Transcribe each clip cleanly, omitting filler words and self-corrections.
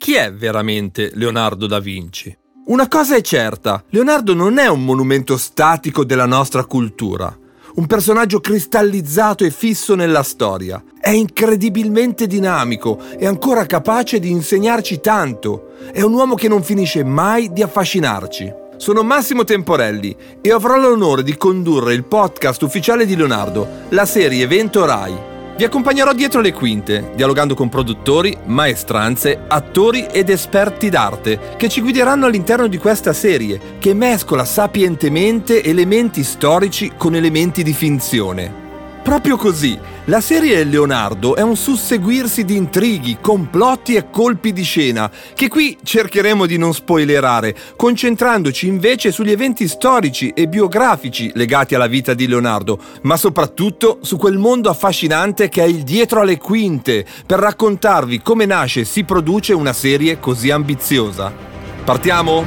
chi è veramente Leonardo da Vinci? Una cosa è certa, Leonardo non è un monumento statico della nostra cultura, un personaggio cristallizzato e fisso nella storia. È incredibilmente dinamico e ancora capace di insegnarci tanto. È un uomo che non finisce mai di affascinarci. Sono Massimo Temporelli e avrò l'onore di condurre il podcast ufficiale di Leonardo, la serie Evento Rai. Vi accompagnerò dietro le quinte, dialogando con produttori, maestranze, attori ed esperti d'arte che ci guideranno all'interno di questa serie che mescola sapientemente elementi storici con elementi di finzione. Proprio così, la serie Leonardo è un susseguirsi di intrighi, complotti e colpi di scena che qui cercheremo di non spoilerare, concentrandoci invece sugli eventi storici e biografici legati alla vita di Leonardo, ma soprattutto su quel mondo affascinante che è il dietro alle quinte, per raccontarvi come nasce e si produce una serie così ambiziosa. Partiamo?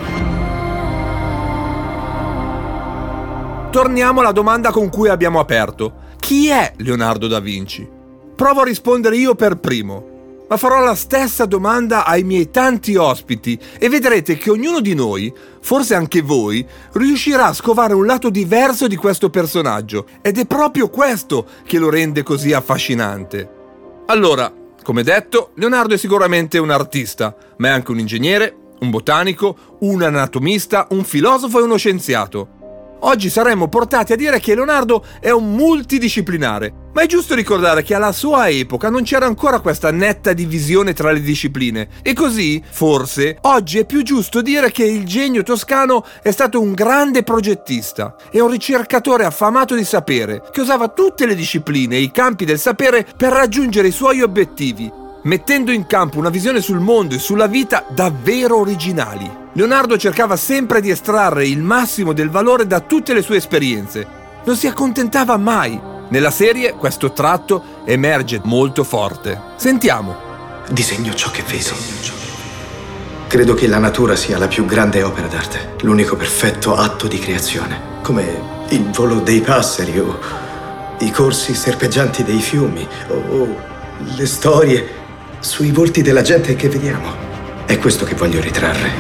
Torniamo alla domanda con cui abbiamo aperto. Chi è Leonardo da Vinci? Provo a rispondere io per primo, ma farò la stessa domanda ai miei tanti ospiti e vedrete che ognuno di noi, forse anche voi, riuscirà a scovare un lato diverso di questo personaggio ed è proprio questo che lo rende così affascinante. Allora, come detto, Leonardo è sicuramente un artista, ma è anche un ingegnere, un botanico, un anatomista, un filosofo e uno scienziato. Oggi saremmo portati a dire che Leonardo è un multidisciplinare, ma è giusto ricordare che alla sua epoca non c'era ancora questa netta divisione tra le discipline e così, forse, oggi è più giusto dire che il genio toscano è stato un grande progettista e un ricercatore affamato di sapere che usava tutte le discipline e i campi del sapere per raggiungere i suoi obiettivi, mettendo in campo una visione sul mondo e sulla vita davvero originali. Leonardo cercava sempre di estrarre il massimo del valore da tutte le sue esperienze. Non si accontentava mai. Nella serie questo tratto emerge molto forte. Sentiamo. Disegno ciò che vedo. Credo che la natura sia la più grande opera d'arte, l'unico perfetto atto di creazione, come il volo dei passeri o i corsi serpeggianti dei fiumi o le storie sui volti della gente che vediamo. È questo che voglio ritrarre.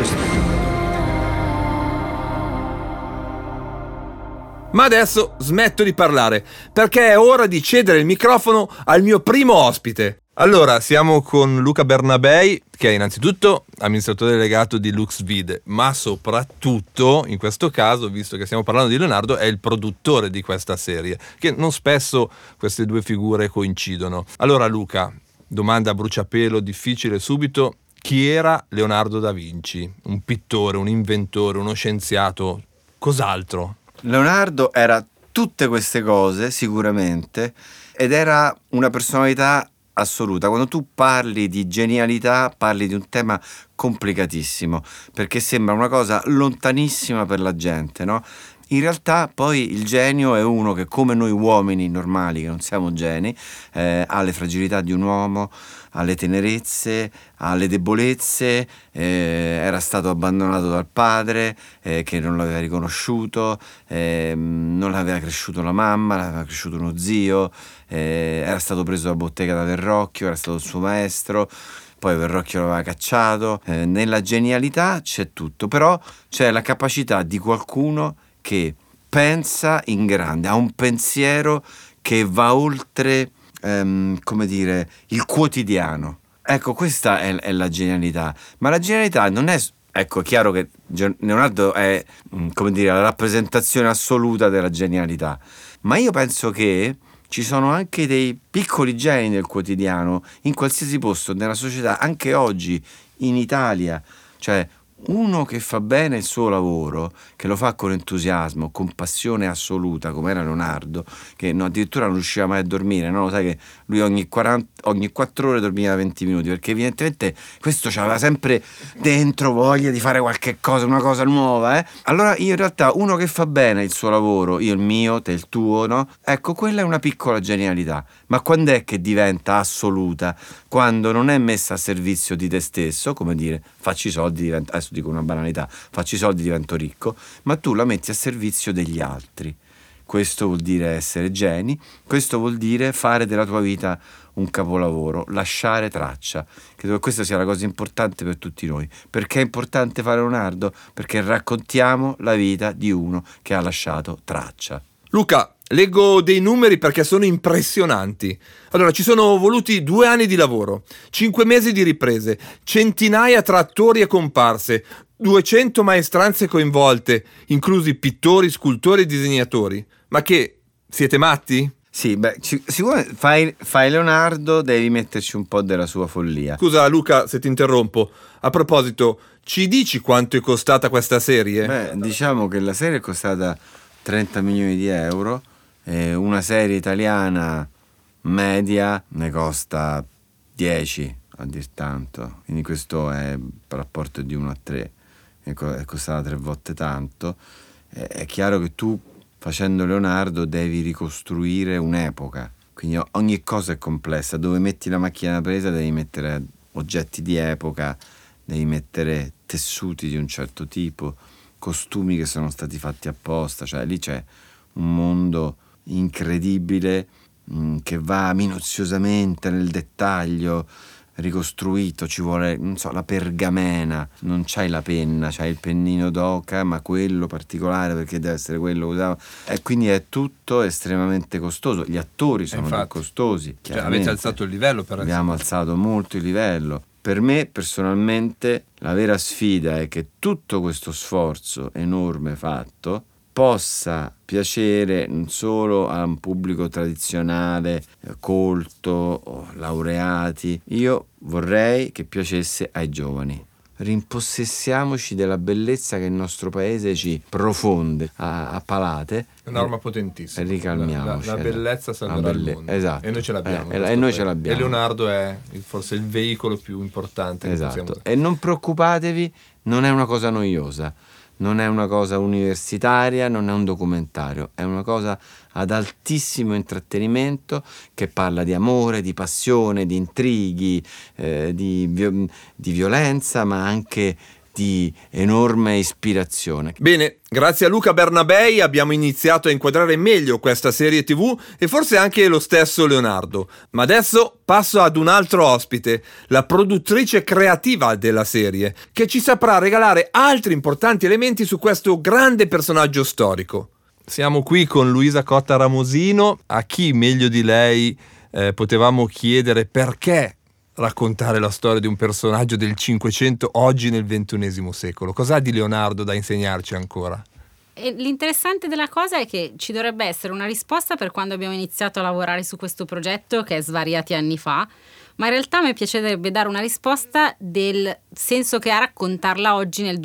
Ma adesso smetto di parlare, perché è ora di cedere il microfono al mio primo ospite. Allora, siamo con Luca Bernabei, che è innanzitutto amministratore delegato di LuxVide, ma soprattutto, in questo caso, visto che stiamo parlando di Leonardo, è il produttore di questa serie, che non spesso queste due figure coincidono. Allora Luca, domanda a bruciapelo, difficile subito. Chi era Leonardo da Vinci? Un pittore, un inventore, uno scienziato? Cos'altro? Leonardo era tutte queste cose, sicuramente, ed era una personalità assoluta. Quando tu parli di genialità, parli di un tema complicatissimo, perché sembra una cosa lontanissima per la gente, no? In realtà poi il genio è uno che, come noi uomini normali, che non siamo geni, ha le fragilità di un uomo, ha le tenerezze, ha le debolezze, era stato abbandonato dal padre che non l'aveva riconosciuto, non l'aveva cresciuto la mamma, l'aveva cresciuto uno zio, era stato preso da bottega da Verrocchio, era stato il suo maestro. Poi Verrocchio l'aveva cacciato. Nella genialità c'è tutto, però c'è la capacità di qualcuno che pensa in grande, ha un pensiero che va oltre, come dire, il quotidiano. Ecco, questa è la genialità. Ma la genialità non è... Ecco, è chiaro che Leonardo è, come dire, la rappresentazione assoluta della genialità. Ma io penso che ci sono anche dei piccoli geni nel quotidiano, in qualsiasi posto, nella società, anche oggi, in Italia. Cioè, uno che fa bene il suo lavoro, che lo fa con entusiasmo, con passione assoluta, come era Leonardo, che addirittura non riusciva mai a dormire, no? Lo sai che lui ogni 4 ore dormiva 20 minuti, perché evidentemente questo c'aveva sempre dentro voglia di fare qualche cosa, una cosa nuova, eh? Allora io in realtà, uno che fa bene il suo lavoro, io il mio, te il tuo, no? Ecco, quella è una piccola genialità. Ma quando è che diventa assoluta? Quando non è messa a servizio di te stesso, come dire, faccio i soldi, adesso dico una banalità, faccio i soldi, divento ricco, ma tu la metti a servizio degli altri. questo vuol dire essere geni, questo vuol dire fare della tua vita un capolavoro, lasciare traccia. Credo che questa sia la cosa importante per tutti noi. Perché è importante fare Leonardo? Perché raccontiamo la vita di uno che ha lasciato traccia. Luca, leggo dei numeri perché sono impressionanti. Allora, ci sono voluti 2 anni di lavoro, 5 mesi di riprese, centinaia tra attori e comparse, 200 maestranze coinvolte, inclusi pittori, scultori e disegnatori. Ma che, siete matti? Sì, beh, sicuramente fai Leonardo, devi metterci un po' della sua follia. Scusa Luca se ti interrompo. A proposito, ci dici quanto è costata questa serie? Beh, diciamo che la serie è costata 30 milioni di euro. Una serie italiana media ne costa 10, a dir tanto, quindi questo è il rapporto di 1 a 3, è costata 3 volte tanto. È chiaro che tu, facendo Leonardo, devi ricostruire un'epoca, quindi ogni cosa è complessa. Dove metti la macchina da presa devi mettere oggetti di epoca, devi mettere tessuti di un certo tipo, costumi che sono stati fatti apposta, cioè lì c'è un mondo incredibile che va minuziosamente nel dettaglio, ricostruito. Ci vuole, non so, la pergamena, non c'hai la penna, c'hai il pennino d'oca, ma quello particolare perché deve essere quello che usava, e quindi è tutto estremamente costoso. Gli attori sono più costosi, cioè, avete alzato il livello per abbiamo alzato molto il livello. Per me personalmente la vera sfida è che tutto questo sforzo enorme fatto possa piacere non solo a un pubblico tradizionale, colto, laureati. Io vorrei che piacesse ai giovani. Rimpossessiamoci della bellezza che il nostro paese ci profonde a palate. È un'arma potentissima. E ricalmiamoci. La bellezza salverà il mondo. Esatto. E noi ce l'abbiamo. E noi ce l'abbiamo. E Leonardo è forse il veicolo più importante. Esatto. E non preoccupatevi, non è una cosa noiosa. Non è una cosa universitaria, non è un documentario, è una cosa ad altissimo intrattenimento che parla di amore, di passione, di intrighi, di violenza, ma anche di enorme ispirazione. Bene, grazie a Luca Bernabei abbiamo iniziato a inquadrare meglio questa serie TV e forse anche lo stesso Leonardo. Ma adesso passo ad un altro ospite, la produttrice creativa della serie, che ci saprà regalare altri importanti elementi su questo grande personaggio storico. Siamo qui con Luisa Cotta Ramosino. A chi meglio di lei potevamo chiedere perché raccontare la storia di un personaggio del Cinquecento oggi nel XXI secolo? Cos'ha di Leonardo da insegnarci ancora? E l'interessante della cosa è che ci dovrebbe essere una risposta per quando abbiamo iniziato a lavorare su questo progetto, che è svariati anni fa, ma in realtà a me piacerebbe dare una risposta del senso che ha raccontarla oggi nel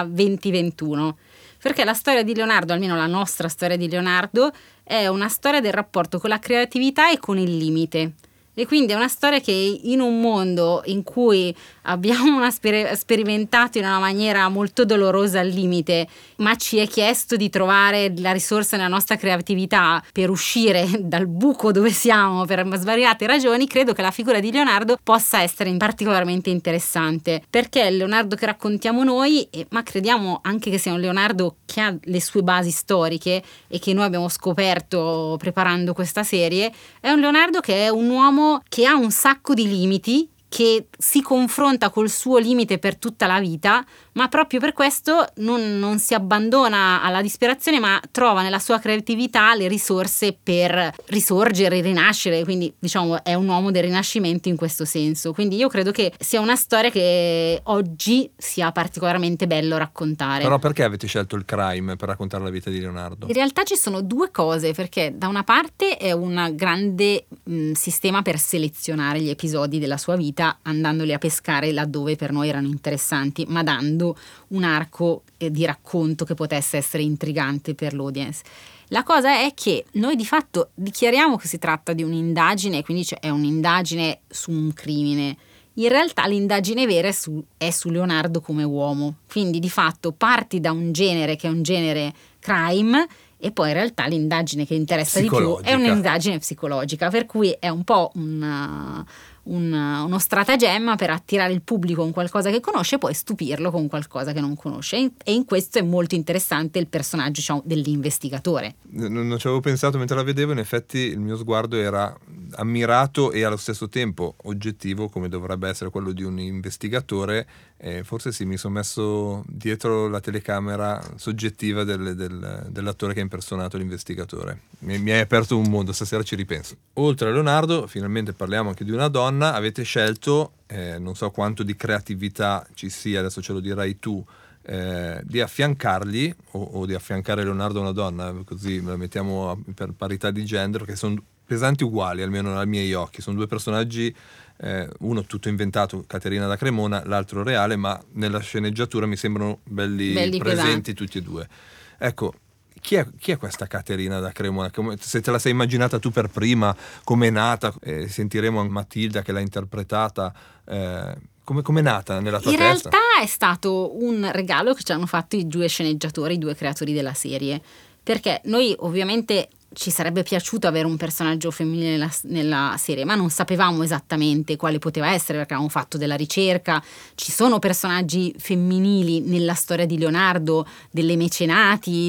2020-21. Perché la storia di Leonardo, almeno la nostra storia di Leonardo, è una storia del rapporto con la creatività e con il limite. E quindi è una storia che in un mondo in cui abbiamo sperimentato in una maniera molto dolorosa al limite, ma ci è chiesto di trovare la risorsa nella nostra creatività per uscire dal buco dove siamo per svariate ragioni, credo che la figura di Leonardo possa essere particolarmente interessante, perché è il Leonardo che raccontiamo noi, ma crediamo anche che sia un Leonardo che ha le sue basi storiche e che noi abbiamo scoperto preparando questa serie. È un Leonardo che è un uomo che ha un sacco di limiti, che si confronta col suo limite per tutta la vita, ma proprio per questo non si abbandona alla disperazione, ma trova nella sua creatività le risorse per risorgere, rinascere. Quindi diciamo è un uomo del rinascimento in questo senso. Quindi io credo che sia una storia che oggi sia particolarmente bello raccontare. Però perché avete scelto il crime per raccontare la vita di Leonardo? In realtà ci sono due cose, perché da una parte è un grande sistema per selezionare gli episodi della sua vita, andandoli a pescare laddove per noi erano interessanti, ma dando un arco di racconto che potesse essere intrigante per l'audience. La cosa è che noi di fatto dichiariamo che si tratta di un'indagine, quindi è un'indagine su un crimine. In realtà l'indagine vera è su Leonardo come uomo, quindi di fatto parti da un genere che è un genere crime, e poi in realtà l'indagine che interessa di più è un'indagine psicologica, per cui è un po' uno stratagemma per attirare il pubblico con qualcosa che conosce e poi stupirlo con qualcosa che non conosce, e in questo è molto interessante il personaggio, diciamo, dell'investigatore. Non ci avevo pensato mentre la vedevo, in effetti il mio sguardo era ammirato e allo stesso tempo oggettivo, come dovrebbe essere quello di un investigatore. Forse sì, mi sono messo dietro la telecamera soggettiva dell'attore che ha impersonato l'investigatore. Mi hai aperto un mondo, stasera ci ripenso. Oltre a Leonardo, finalmente parliamo anche di una donna. Avete scelto, non so quanto di creatività ci sia, adesso ce lo dirai tu, di affiancargli o di affiancare Leonardo a una donna, così la mettiamo per parità di genere, che sono pesanti uguali, almeno ai miei occhi. Sono due personaggi, uno tutto inventato, Caterina da Cremona, l'altro reale, ma nella sceneggiatura mi sembrano belli presenti pesanti tutti e due. Ecco, chi è questa Caterina da Cremona? Se te la sei immaginata tu per prima, come è nata? Sentiremo Matilda che l'ha interpretata. Come è nata nella tua testa? In realtà è stato un regalo che ci hanno fatto i due sceneggiatori, i due creatori della serie, perché noi ovviamente ci sarebbe piaciuto avere un personaggio femminile nella serie, ma non sapevamo esattamente quale poteva essere, perché avevamo fatto della ricerca. Ci sono personaggi femminili nella storia di Leonardo, delle mecenati,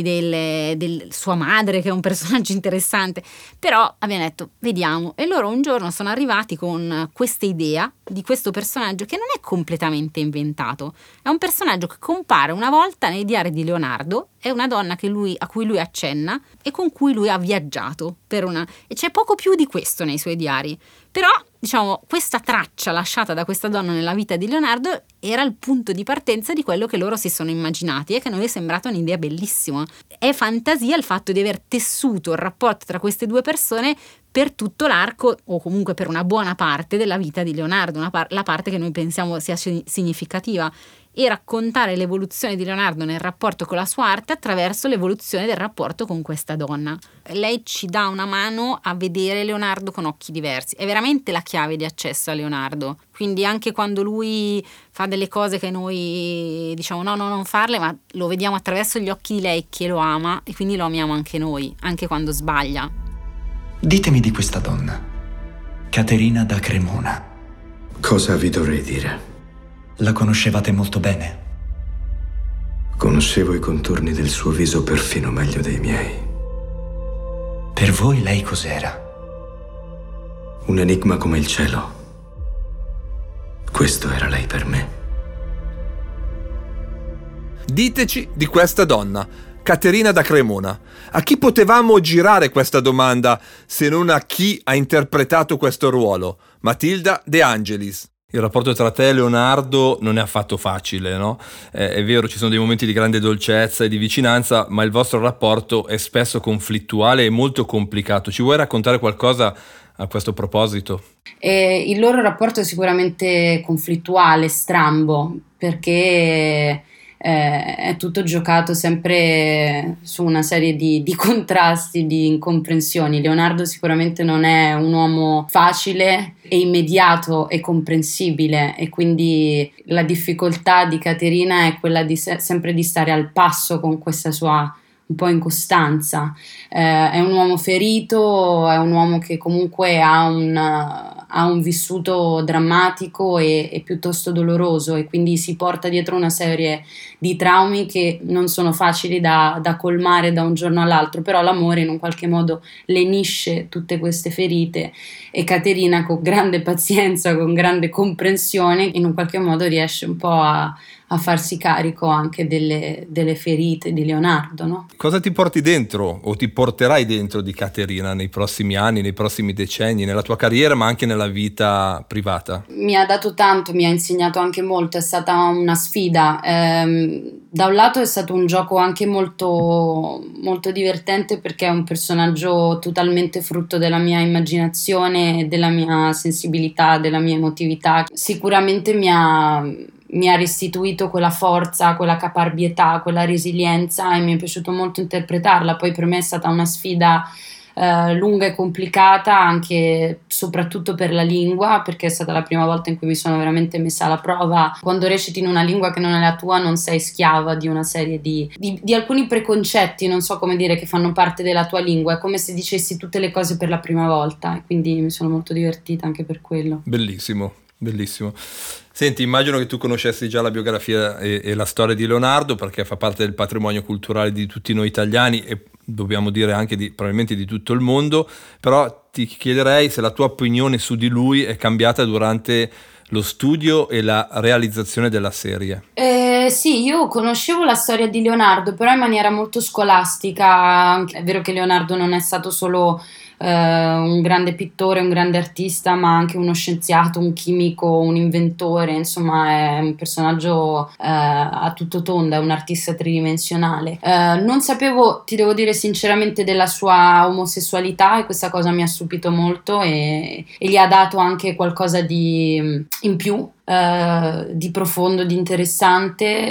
sua madre, che è un personaggio interessante, però abbiamo detto vediamo, e loro un giorno sono arrivati con questa idea di questo personaggio che non è completamente inventato, è un personaggio che compare una volta nei diari di Leonardo, è una donna a cui lui accenna e con cui lui ha viaggiato e c'è poco più di questo nei suoi diari, però diciamo questa traccia lasciata da questa donna nella vita di Leonardo era il punto di partenza di quello che loro si sono immaginati e che a noi è sembrata un'idea bellissima. È fantasia il fatto di aver tessuto il rapporto tra queste due persone per tutto l'arco, o comunque per una buona parte della vita di Leonardo, la parte che noi pensiamo sia significativa, e raccontare l'evoluzione di Leonardo nel rapporto con la sua arte attraverso l'evoluzione del rapporto con questa donna. Lei ci dà una mano a vedere Leonardo con occhi diversi, è veramente la chiave di accesso a Leonardo, quindi anche quando lui fa delle cose che noi diciamo no, non farle, ma lo vediamo attraverso gli occhi di lei che lo ama e quindi lo amiamo anche noi, anche quando sbaglia. Ditemi di questa donna, Caterina da Cremona. Cosa vi dovrei dire? La conoscevate molto bene? Conoscevo i contorni del suo viso perfino meglio dei miei. Per voi lei cos'era? Un enigma come il cielo. Questo era lei per me. Diteci di questa donna, Caterina da Cremona. A chi potevamo girare questa domanda se non a chi ha interpretato questo ruolo? Matilda De Angelis. Il rapporto tra te e Leonardo non è affatto facile, no? È vero, ci sono dei momenti di grande dolcezza e di vicinanza, ma il vostro rapporto è spesso conflittuale e molto complicato. Ci vuoi raccontare qualcosa a questo proposito? Il loro rapporto è sicuramente conflittuale, strambo, perché è tutto giocato sempre su una serie di contrasti, di incomprensioni. Leonardo sicuramente non è un uomo facile e immediato e comprensibile, e quindi la difficoltà di Caterina è quella di sempre di stare al passo con questa sua un po' incostanza. È un uomo ferito, è un uomo che comunque ha un vissuto drammatico e piuttosto doloroso, e quindi si porta dietro una serie di traumi che non sono facili da colmare da un giorno all'altro, però l'amore in un qualche modo lenisce tutte queste ferite, e Caterina con grande pazienza, con grande comprensione, in un qualche modo riesce un po' a farsi carico anche delle ferite di Leonardo, no? Cosa ti porti dentro o ti porterai dentro di Caterina nei prossimi anni, nei prossimi decenni, nella tua carriera ma anche nella vita privata? Mi ha dato tanto, mi ha insegnato anche molto, è stata una sfida. Da un lato è stato un gioco anche molto, molto divertente, perché è un personaggio totalmente frutto della mia immaginazione, della mia sensibilità, della mia emotività. Sicuramente mi ha restituito quella forza, quella caparbietà, quella resilienza, e mi è piaciuto molto interpretarla. Poi per me è stata una sfida lunga e complicata, anche soprattutto per la lingua, perché è stata la prima volta in cui mi sono veramente messa alla prova. Quando reciti in una lingua che non è la tua non sei schiava di una serie di alcuni preconcetti, non so come dire, che fanno parte della tua lingua, è come se dicessi tutte le cose per la prima volta, e quindi mi sono molto divertita anche per quello. Bellissimo, bellissimo. Senti, immagino che tu conoscessi già la biografia e la storia di Leonardo, perché fa parte del patrimonio culturale di tutti noi italiani e dobbiamo dire anche probabilmente di tutto il mondo, però ti chiederei se la tua opinione su di lui è cambiata durante lo studio e la realizzazione della serie. Sì, io conoscevo la storia di Leonardo, però in maniera molto scolastica. È vero che Leonardo non è stato solo un grande pittore, un grande artista, ma anche uno scienziato, un chimico, un inventore, insomma è un personaggio a tutto tondo, è un artista tridimensionale. Non sapevo, ti devo dire sinceramente, della sua omosessualità, e questa cosa mi ha stupito molto e gli ha dato anche qualcosa di in più, di profondo, di interessante,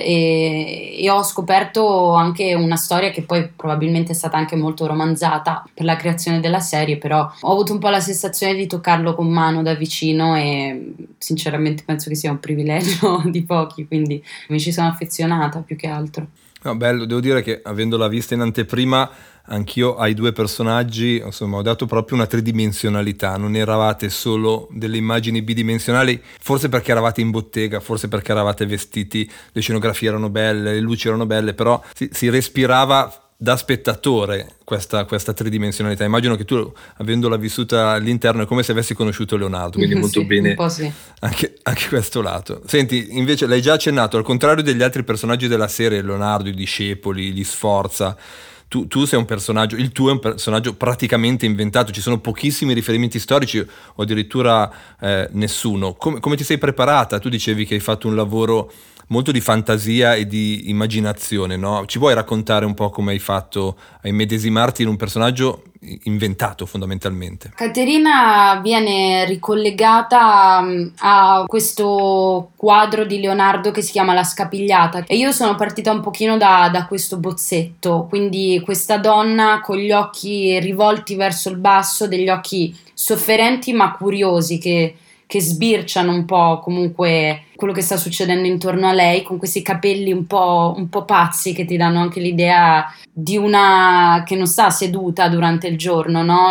e ho scoperto anche una storia che poi probabilmente è stata anche molto romanzata per la creazione della serie, però ho avuto un po' la sensazione di toccarlo con mano da vicino e sinceramente penso che sia un privilegio di pochi, quindi mi ci sono affezionata più che altro. No, bello, devo dire che avendola vista in anteprima anch'io ai due personaggi, insomma, ho dato proprio una tridimensionalità, non eravate solo delle immagini bidimensionali, forse perché eravate in bottega, forse perché eravate vestiti, le scenografie erano belle, le luci erano belle, però si respirava da spettatore questa tridimensionalità. Immagino che tu, avendola vissuta all'interno, è come se avessi conosciuto Leonardo, quindi molto sì, bene un po' sì. anche questo lato. Senti, invece l'hai già accennato, al contrario degli altri personaggi della serie, Leonardo, i discepoli, gli Sforza, tu sei un personaggio, il tuo è un personaggio praticamente inventato, ci sono pochissimi riferimenti storici o addirittura nessuno. Come ti sei preparata? Tu dicevi che hai fatto un lavoro molto di fantasia e di immaginazione, no? Ci vuoi raccontare un po' come hai fatto a immedesimarti in un personaggio inventato fondamentalmente? Caterina viene ricollegata a questo quadro di Leonardo che si chiama La Scapigliata, e io sono partita un pochino da questo bozzetto, quindi questa donna con gli occhi rivolti verso il basso, degli occhi sofferenti ma curiosi che sbirciano un po' comunque quello che sta succedendo intorno a lei, con questi capelli un po' pazzi che ti danno anche l'idea di una che non sta seduta durante il giorno, no?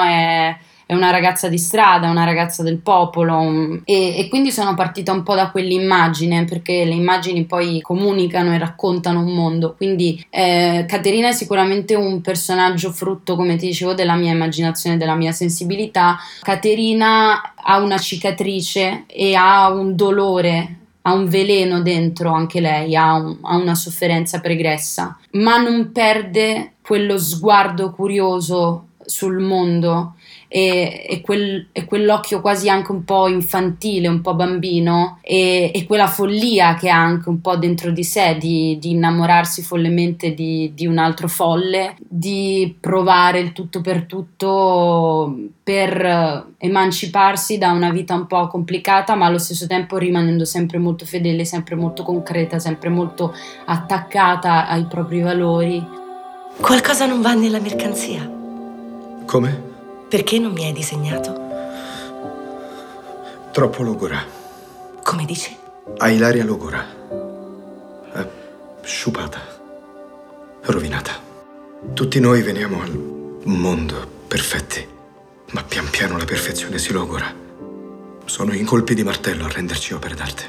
È una ragazza di strada, una ragazza del popolo, e quindi sono partita un po' da quell'immagine, perché le immagini poi comunicano e raccontano un mondo, quindi Caterina è sicuramente un personaggio frutto, come ti dicevo, della mia immaginazione, della mia sensibilità. Caterina ha una cicatrice e ha un dolore, ha un veleno dentro anche lei, ha una sofferenza pregressa, ma non perde quello sguardo curioso sul mondo e quell'occhio quasi anche un po' infantile, un po' bambino, e quella follia che ha anche un po' dentro di sé di innamorarsi follemente di un altro folle, di provare il tutto per emanciparsi da una vita un po' complicata, ma allo stesso tempo rimanendo sempre molto fedele, sempre molto concreta, sempre molto attaccata ai propri valori. Qualcosa non va nella mercanzia. Come? Perché non mi hai disegnato? Troppo logora. Come dici? Hai l'aria logora. È sciupata. Rovinata. Tutti noi veniamo al mondo perfetti, ma pian piano la perfezione si logora. Sono i colpi di martello a renderci opere d'arte.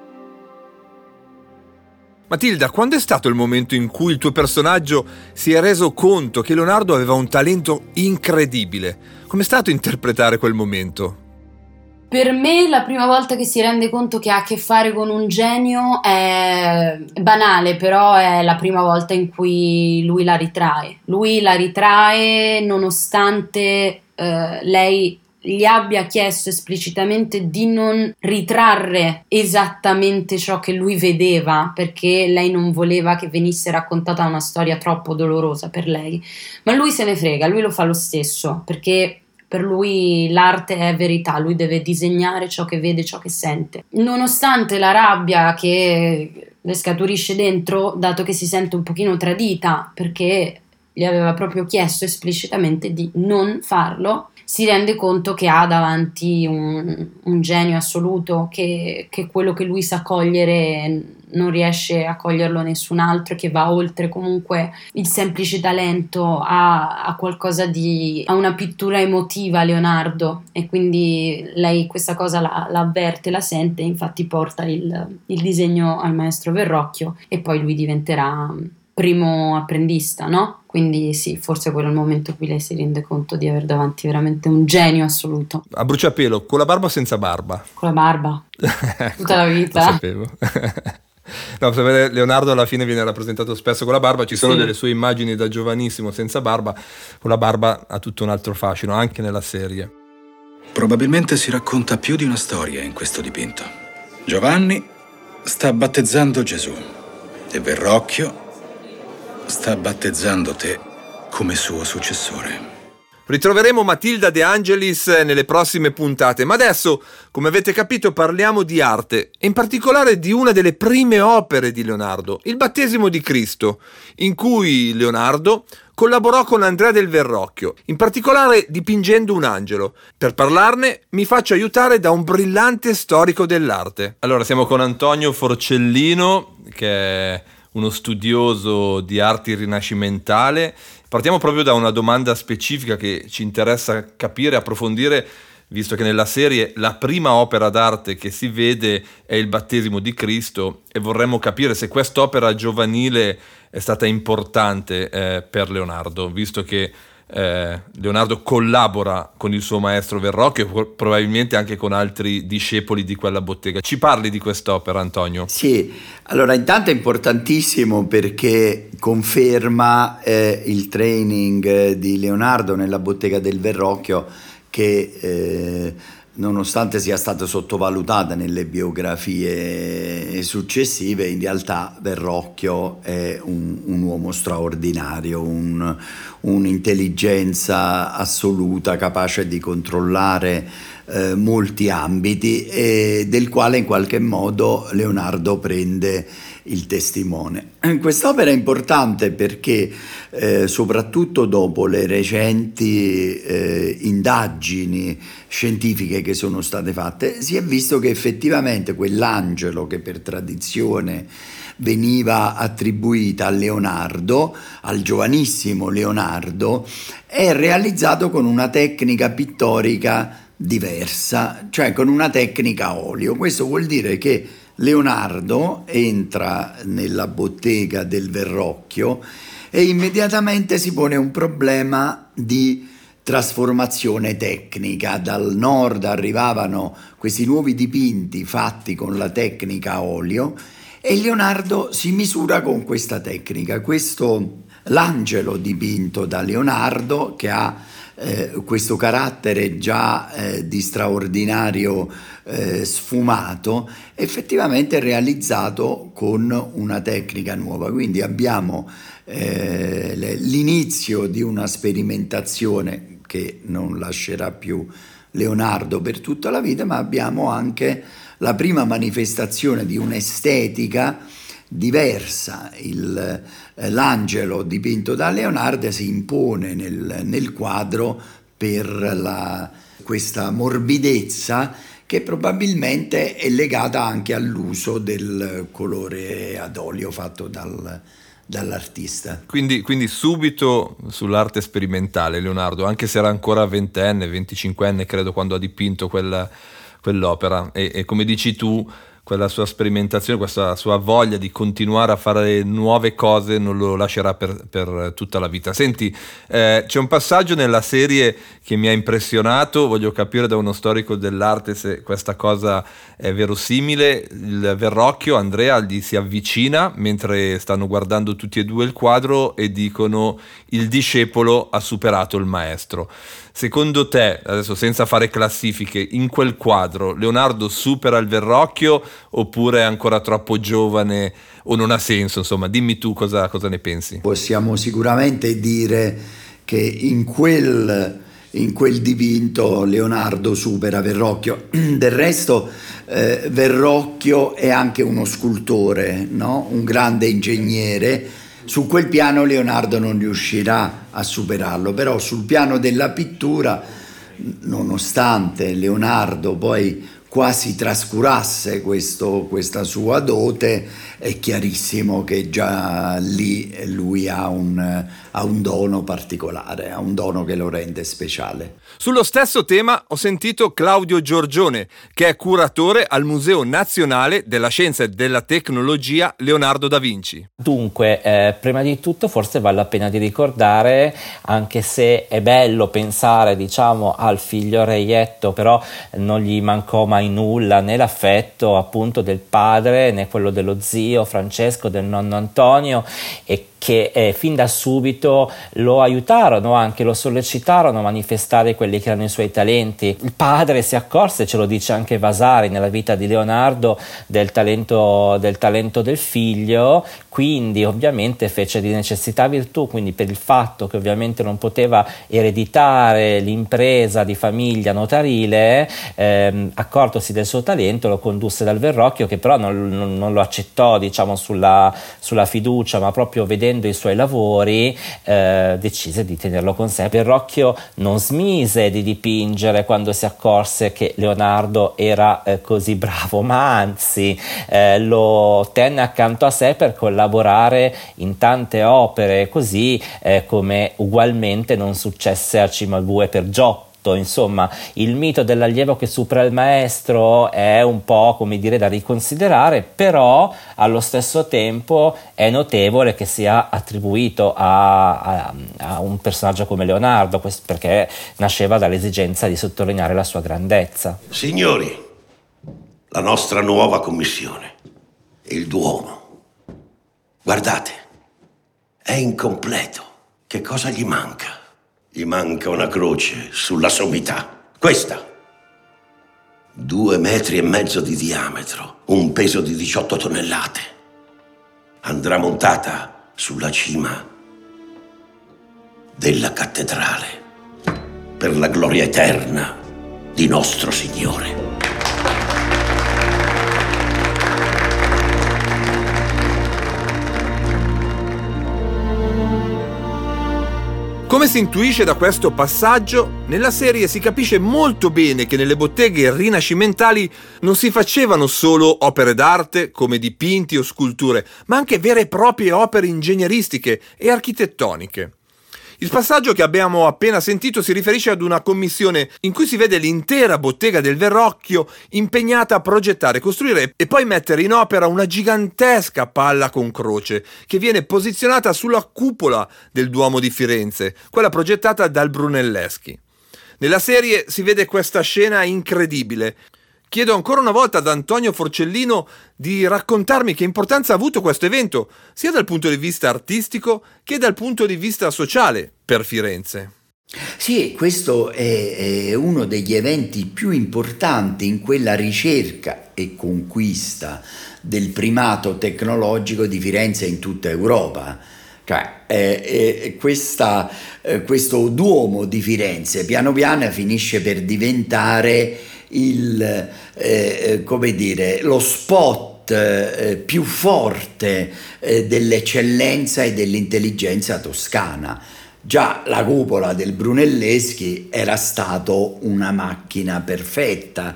Matilda, quando è stato il momento in cui il tuo personaggio si è reso conto che Leonardo aveva un talento incredibile? Com'è stato interpretare quel momento? Per me la prima volta che si rende conto che ha a che fare con un genio è banale, però è la prima volta in cui lui la ritrae. Lui la ritrae nonostante lei gli abbia chiesto esplicitamente di non ritrarre esattamente ciò che lui vedeva, perché lei non voleva che venisse raccontata una storia troppo dolorosa per lei, ma lui se ne frega, lui lo fa lo stesso, perché per lui l'arte è verità, lui deve disegnare ciò che vede, ciò che sente, nonostante la rabbia che le scaturisce dentro, dato che si sente un pochino tradita, perché gli aveva proprio chiesto esplicitamente di non farlo, si rende conto che ha davanti un genio assoluto, che quello che lui sa cogliere non riesce a coglierlo nessun altro, che va oltre comunque il semplice talento, a qualcosa a una pittura emotiva, Leonardo, e quindi lei questa cosa la avverte, la sente, infatti porta il disegno al maestro Verrocchio e poi lui diventerà primo apprendista, no? Quindi sì, forse quello è il momento in cui lei si rende conto di aver davanti veramente un genio assoluto. A bruciapelo, con la barba o senza barba? Con la barba, tutta la vita. Lo sapevo. No, Leonardo alla fine viene rappresentato spesso con la barba, ci sono delle sue immagini da giovanissimo senza barba, con la barba ha tutto un altro fascino, anche nella serie. Probabilmente si racconta più di una storia in questo dipinto. Giovanni sta battezzando Gesù e Verrocchio sta battezzando te come suo successore. Ritroveremo Matilda De Angelis nelle prossime puntate, ma adesso, come avete capito, parliamo di arte, e in particolare di una delle prime opere di Leonardo, il Battesimo di Cristo, in cui Leonardo collaborò con Andrea del Verrocchio, in particolare dipingendo un angelo. Per parlarne mi faccio aiutare da un brillante storico dell'arte. Allora, siamo con Antonio Forcellino, che è uno studioso di arte rinascimentale. Partiamo proprio da una domanda specifica che ci interessa capire, approfondire, visto che nella serie la prima opera d'arte che si vede è il Battesimo di Cristo, e vorremmo capire se quest'opera giovanile è stata importante per Leonardo, visto che Leonardo collabora con il suo maestro Verrocchio e probabilmente anche con altri discepoli di quella bottega. Ci parli di quest'opera, Antonio? Sì, allora intanto è importantissimo perché conferma il training di Leonardo nella bottega del Verrocchio, che nonostante sia stata sottovalutata nelle biografie successive, in realtà Verrocchio è un uomo straordinario, un'intelligenza assoluta, capace di controllare molti ambiti, e del quale in qualche modo Leonardo prende il testimone. Quest'opera è importante perché soprattutto dopo le recenti indagini scientifiche che sono state fatte, si è visto che effettivamente quell'angelo che per tradizione veniva attribuita a Leonardo, al giovanissimo Leonardo, è realizzato con una tecnica pittorica diversa, cioè con una tecnica a olio. Questo vuol dire che Leonardo entra nella bottega del Verrocchio e immediatamente si pone un problema di trasformazione tecnica. Dal nord arrivavano questi nuovi dipinti fatti con la tecnica a olio e Leonardo si misura con questa tecnica. L'angelo dipinto da Leonardo, che ha questo carattere già di straordinario sfumato, effettivamente è realizzato con una tecnica nuova. Quindi abbiamo l'inizio di una sperimentazione che non lascerà più Leonardo per tutta la vita, ma abbiamo anche la prima manifestazione di un'estetica diversa. L'angelo dipinto da Leonardo si impone nel quadro per questa morbidezza che probabilmente è legata anche all'uso del colore ad olio fatto dall'artista. Quindi subito sull'arte sperimentale Leonardo, anche se era ancora 20enne, 25enne credo, quando ha dipinto quell'opera, e come dici tu, quella sua sperimentazione, questa sua voglia di continuare a fare nuove cose non lo lascerà per tutta la vita. Senti, c'è un passaggio nella serie che mi ha impressionato, voglio capire da uno storico dell'arte se questa cosa è verosimile. Il Verrocchio, Andrea, gli si avvicina mentre stanno guardando tutti e due il quadro e dicono: il discepolo ha superato il maestro. Secondo te, adesso senza fare classifiche, in quel quadro Leonardo supera il Verrocchio oppure è ancora troppo giovane o non ha senso? Insomma, dimmi tu cosa ne pensi. Possiamo sicuramente dire che in quel dipinto Leonardo supera Verrocchio. Del resto Verrocchio è anche uno scultore, no? Un grande ingegnere, Su quel piano Leonardo non riuscirà a superarlo, però sul piano della pittura, nonostante Leonardo poi quasi trascurasse questa sua dote, è chiarissimo che già lì lui ha un dono particolare, ha un dono che lo rende speciale. Sullo stesso tema ho sentito Claudio Giorgione, che è curatore al Museo Nazionale della Scienza e della Tecnologia Leonardo da Vinci. Dunque, prima di tutto forse vale la pena di ricordare, anche se è bello pensare, diciamo, al figlio reietto, però non gli mancò mai nulla, né l'affetto appunto del padre, né quello dello zio Francesco, del nonno Antonio, e che fin da subito lo aiutarono, anche lo sollecitarono a manifestare quelli che erano i suoi talenti. Il padre si accorse, ce lo dice anche Vasari nella vita di Leonardo, del talento del figlio, quindi ovviamente fece di necessità virtù, quindi per il fatto che ovviamente non poteva ereditare l'impresa di famiglia notarile, accortosi del suo talento, lo condusse dal Verrocchio, che però non lo accettò, diciamo, sulla fiducia, ma proprio vedendo i suoi lavori decise di tenerlo con sé. Verrocchio non smise di dipingere quando si accorse che Leonardo era così bravo, ma anzi lo tenne accanto a sé per collaborare in tante opere, così come ugualmente non successe a Cimabue per Giotto. Insomma, il mito dell'allievo che supera il maestro è un po', come dire, da riconsiderare, però allo stesso tempo è notevole che sia attribuito a un personaggio come Leonardo, perché nasceva dall'esigenza di sottolineare la sua grandezza. Signori, la nostra nuova commissione, il Duomo, guardate, è incompleto. Che cosa gli manca? Gli manca una croce sulla sommità. Questa. 2,5 metri di diametro, un peso di 18 tonnellate. Andrà montata sulla cima della cattedrale per la gloria eterna di nostro Signore. Come si intuisce da questo passaggio, nella serie si capisce molto bene che nelle botteghe rinascimentali non si facevano solo opere d'arte come dipinti o sculture, ma anche vere e proprie opere ingegneristiche e architettoniche. Il passaggio che abbiamo appena sentito si riferisce ad una commissione in cui si vede l'intera bottega del Verrocchio impegnata a progettare, costruire e poi mettere in opera una gigantesca palla con croce che viene posizionata sulla cupola del Duomo di Firenze, quella progettata dal Brunelleschi. Nella serie si vede questa scena incredibile. Chiedo ancora una volta ad Antonio Forcellino di raccontarmi che importanza ha avuto questo evento, sia dal punto di vista artistico che dal punto di vista sociale per Firenze. Sì, questo è uno degli eventi più importanti in quella ricerca e conquista del primato tecnologico di Firenze in tutta Europa. Questo Duomo di Firenze piano piano finisce per diventare lo spot più forte dell'eccellenza e dell'intelligenza toscana. Già la cupola del Brunelleschi era stato una macchina perfetta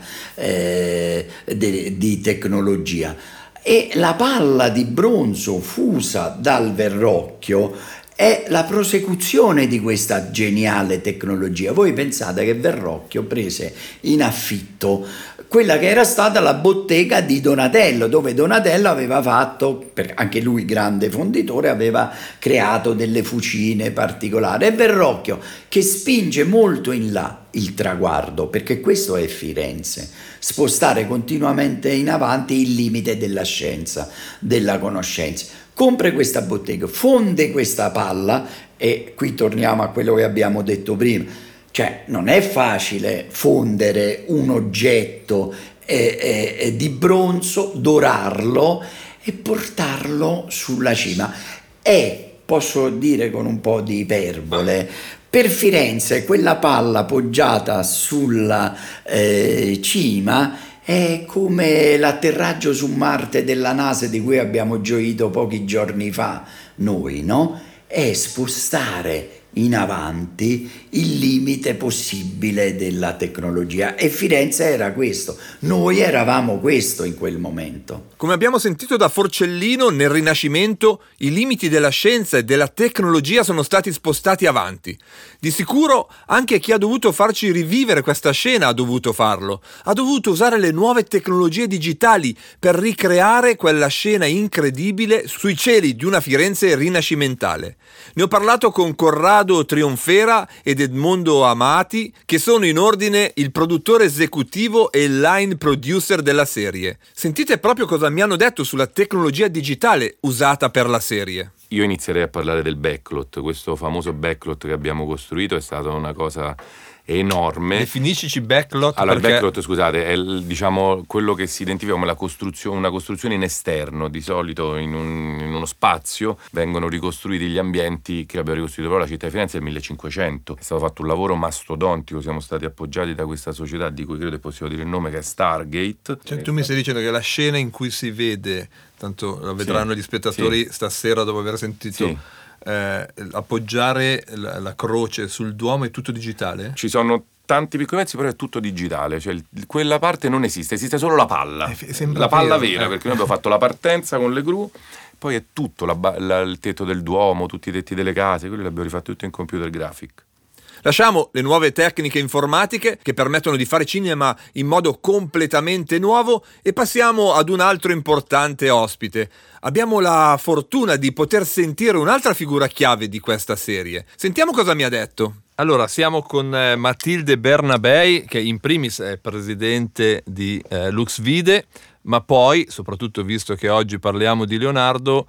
di tecnologia, e la palla di bronzo fusa dal Verrocchio è la prosecuzione di questa geniale tecnologia. Voi pensate che Verrocchio prese in affitto quella che era stata la bottega di Donatello, dove Donatello aveva fatto, anche lui grande fonditore, aveva creato delle fucine particolari. E Verrocchio, che spinge molto in là il traguardo, perché questo è Firenze, spostare continuamente in avanti il limite della scienza, della conoscenza. Compra questa bottega, fonde questa palla, e qui torniamo a quello che abbiamo detto prima. Cioè, non è facile fondere un oggetto di bronzo, dorarlo e portarlo sulla cima. Posso dire con un po' di iperbole, per Firenze quella palla poggiata sulla cima È come l'atterraggio su Marte della NASA di cui abbiamo gioito pochi giorni fa noi, no? È spostare in avanti il limite possibile della tecnologia, e Firenze era questo, noi eravamo questo in quel momento. Come abbiamo sentito da Forcellino, nel Rinascimento i limiti della scienza e della tecnologia sono stati spostati avanti. Di sicuro anche chi ha dovuto farci rivivere questa scena ha dovuto farlo, ha dovuto usare le nuove tecnologie digitali per ricreare quella scena incredibile sui cieli di una Firenze rinascimentale. Ne ho parlato con Corrado Trionfera ed Edmondo Amati, che sono in ordine il produttore esecutivo e il line producer della serie. Sentite proprio cosa mi hanno detto sulla tecnologia digitale usata per la serie. Io inizierei a parlare del backlot. Questo famoso backlot che abbiamo costruito è stata una cosa enorme. Definiscici backlot. Allora, perché... il backlot, scusate, è diciamo quello che si identifica come una costruzione in esterno. Di solito in uno spazio vengono ricostruiti gli ambienti che abbiamo ricostruito per la città di Firenze nel 1500. È stato fatto un lavoro mastodontico, siamo stati appoggiati da questa società di cui credo che possiamo dire il nome, che è Stargate. Cioè, tu mi stai dicendo che la scena in cui si vede, tanto la vedranno gli spettatori stasera dopo aver sentito... appoggiare la croce sul Duomo è tutto digitale? Ci sono tanti piccoli pezzi, però è tutto digitale, cioè quella parte non esiste solo la palla, la palla vera, perché noi abbiamo fatto la partenza con le gru, poi è tutto il tetto del Duomo, tutti i tetti delle case, quelli li abbiamo rifatti tutto in computer graphic. Lasciamo le nuove tecniche informatiche che permettono di fare cinema in modo completamente nuovo e passiamo ad un altro importante ospite. Abbiamo la fortuna di poter sentire un'altra figura chiave di questa serie. Sentiamo cosa mi ha detto. Allora, siamo con Matilde Bernabei, che in primis è presidente di LuxVide, ma poi, soprattutto visto che oggi parliamo di Leonardo,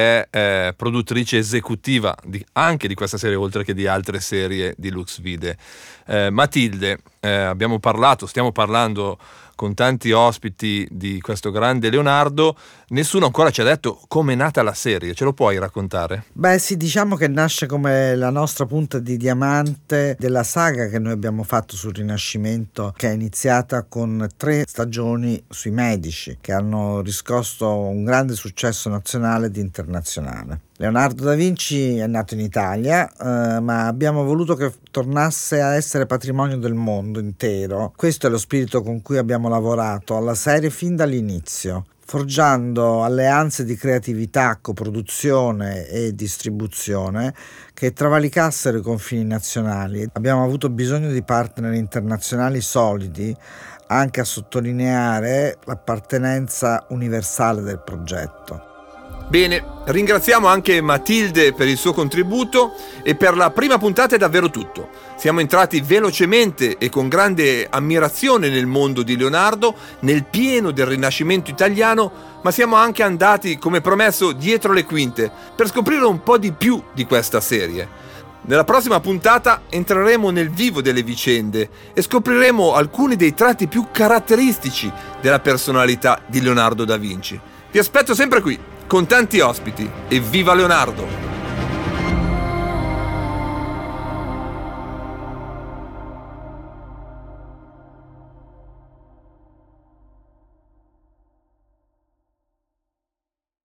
è produttrice esecutiva anche di questa serie, oltre che di altre serie di LuxVide. Matilde, stiamo parlando con tanti ospiti di questo grande Leonardo, nessuno ancora ci ha detto come è nata la serie, ce lo puoi raccontare? Beh sì, diciamo che nasce come la nostra punta di diamante della saga che noi abbiamo fatto sul Rinascimento, che è iniziata con 3 stagioni sui medici, che hanno riscosso un grande successo nazionale ed internazionale. Leonardo da Vinci è nato in Italia, ma abbiamo voluto che tornasse a essere patrimonio del mondo intero. Questo è lo spirito con cui abbiamo lavorato alla serie fin dall'inizio, forgiando alleanze di creatività, coproduzione e distribuzione che travalicassero i confini nazionali. Abbiamo avuto bisogno di partner internazionali solidi, anche a sottolineare l'appartenenza universale del progetto. Bene, ringraziamo anche Matilde per il suo contributo e per la prima puntata è davvero tutto. Siamo entrati velocemente e con grande ammirazione nel mondo di Leonardo, nel pieno del Rinascimento italiano, ma siamo anche andati, come promesso, dietro le quinte per scoprire un po' di più di questa serie. Nella prossima puntata entreremo nel vivo delle vicende e scopriremo alcuni dei tratti più caratteristici della personalità di Leonardo da Vinci. Vi aspetto sempre qui, con tanti ospiti, e viva Leonardo!